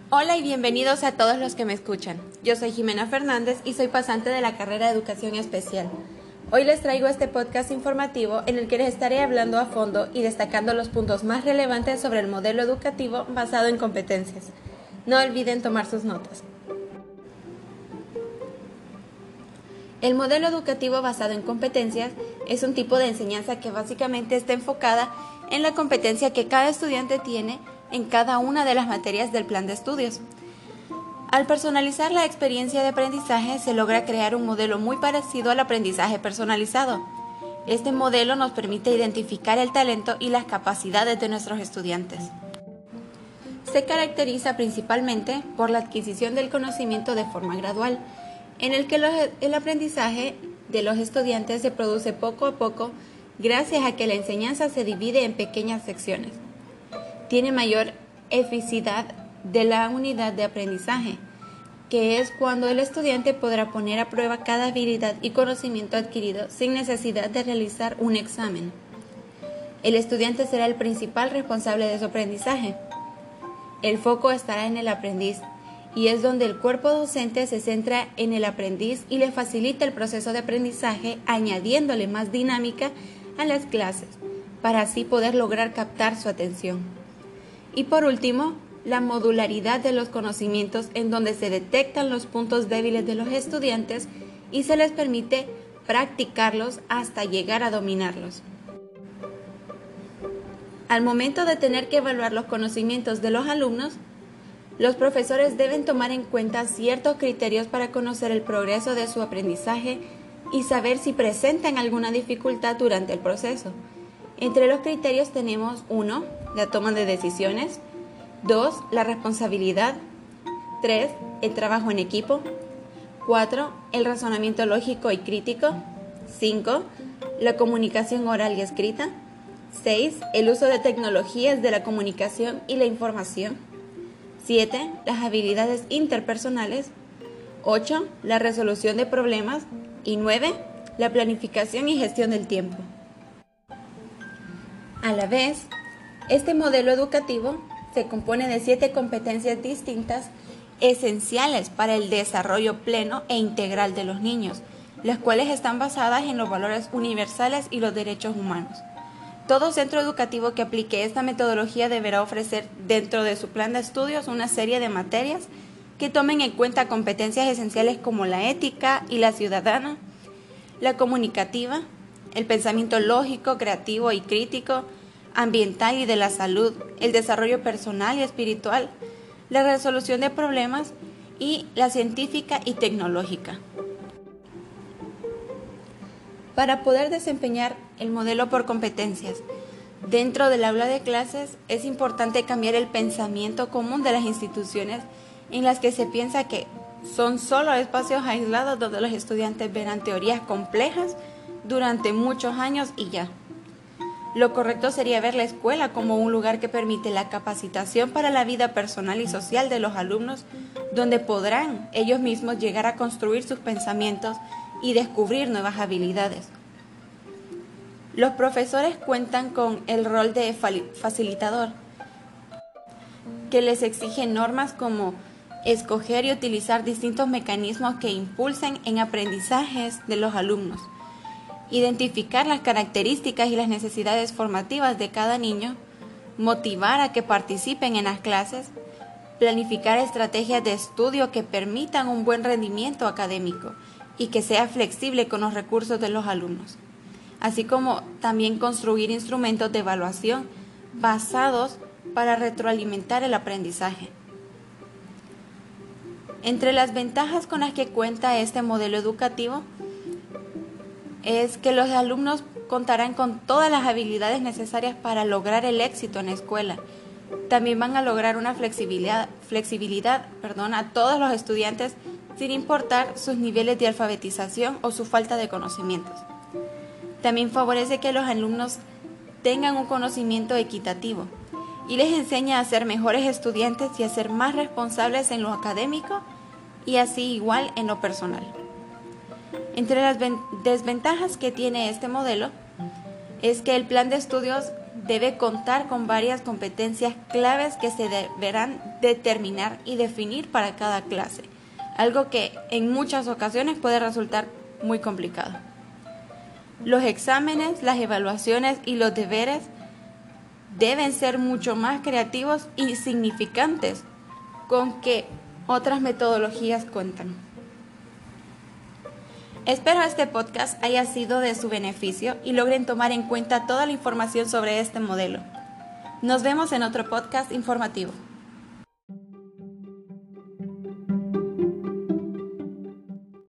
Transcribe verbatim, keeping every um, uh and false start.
Hola y bienvenidos a todos los que me escuchan. Yo soy Jimena Fernández y soy pasante de la carrera de Educación Especial. Hoy les traigo este podcast informativo en el que les estaré hablando a fondo y destacando los puntos más relevantes sobre el modelo educativo basado en competencias. No olviden tomar sus notas. El modelo educativo basado en competencias es un tipo de enseñanza que básicamente está enfocada en la competencia que cada estudiante tiene en cada una de las materias del plan de estudios. Al personalizar la experiencia de aprendizaje, se logra crear un modelo muy parecido al aprendizaje personalizado. Este modelo nos permite identificar el talento y las capacidades de nuestros estudiantes. Se caracteriza principalmente por la adquisición del conocimiento de forma gradual, en el que los, el aprendizaje de los estudiantes se produce poco a poco gracias a que la enseñanza se divide en pequeñas secciones. Tiene mayor eficacia de la unidad de aprendizaje, que es cuando el estudiante podrá poner a prueba cada habilidad y conocimiento adquirido sin necesidad de realizar un examen. El estudiante será el principal responsable de su aprendizaje. El foco estará en el aprendiz, y es donde el cuerpo docente se centra en el aprendiz y le facilita el proceso de aprendizaje, añadiéndole más dinámica a las clases, para así poder lograr captar su atención. Y por último, la modularidad de los conocimientos, en donde se detectan los puntos débiles de los estudiantes y se les permite practicarlos hasta llegar a dominarlos. Al momento de tener que evaluar los conocimientos de los alumnos, los profesores deben tomar en cuenta ciertos criterios para conocer el progreso de su aprendizaje y saber si presentan alguna dificultad durante el proceso. Entre los criterios tenemos uno, la toma de decisiones, dos, la responsabilidad, tres, el trabajo en equipo, cuatro, el razonamiento lógico y crítico, cinco, la comunicación oral y escrita, seis, el uso de tecnologías de la comunicación y la información, siete, las habilidades interpersonales, ocho, la resolución de problemas y nueve, la planificación y gestión del tiempo. A la vez, este modelo educativo se compone de siete competencias distintas esenciales para el desarrollo pleno e integral de los niños, las cuales están basadas en los valores universales y los derechos humanos. Todo centro educativo que aplique esta metodología deberá ofrecer dentro de su plan de estudios una serie de materias que tomen en cuenta competencias esenciales como la ética y la ciudadana, la comunicativa, el pensamiento lógico, creativo y crítico, ambiental y de la salud, el desarrollo personal y espiritual, la resolución de problemas y la científica y tecnológica. Para poder desempeñar el modelo por competencias dentro del aula de clases, es importante cambiar el pensamiento común de las instituciones en las que se piensa que son solo espacios aislados donde los estudiantes verán teorías complejas durante muchos años y ya. Lo correcto sería ver la escuela como un lugar que permite la capacitación para la vida personal y social de los alumnos, donde podrán ellos mismos llegar a construir sus pensamientos y descubrir nuevas habilidades. Los profesores cuentan con el rol de facilitador, que les exige normas como escoger y utilizar distintos mecanismos que impulsen en aprendizajes de los alumnos, identificar las características y las necesidades formativas de cada niño, motivar a que participen en las clases, planificar estrategias de estudio que permitan un buen rendimiento académico y que sea flexible con los recursos de los alumnos, así como también construir instrumentos de evaluación basados para retroalimentar el aprendizaje. Entre las ventajas con las que cuenta este modelo educativo es que los alumnos contarán con todas las habilidades necesarias para lograr el éxito en la escuela. También van a lograr una flexibilidad, flexibilidad perdón, a todos los estudiantes sin importar sus niveles de alfabetización o su falta de conocimientos. También favorece que los alumnos tengan un conocimiento equitativo y les enseña a ser mejores estudiantes y a ser más responsables en lo académico y así igual en lo personal. Entre las desventajas que tiene este modelo es que el plan de estudios debe contar con varias competencias claves que se deberán determinar y definir para cada clase, algo que en muchas ocasiones puede resultar muy complicado. Los exámenes, las evaluaciones y los deberes deben ser mucho más creativos y significantes con que otras metodologías cuentan. Espero este podcast haya sido de su beneficio y logren tomar en cuenta toda la información sobre este modelo. Nos vemos en otro podcast informativo.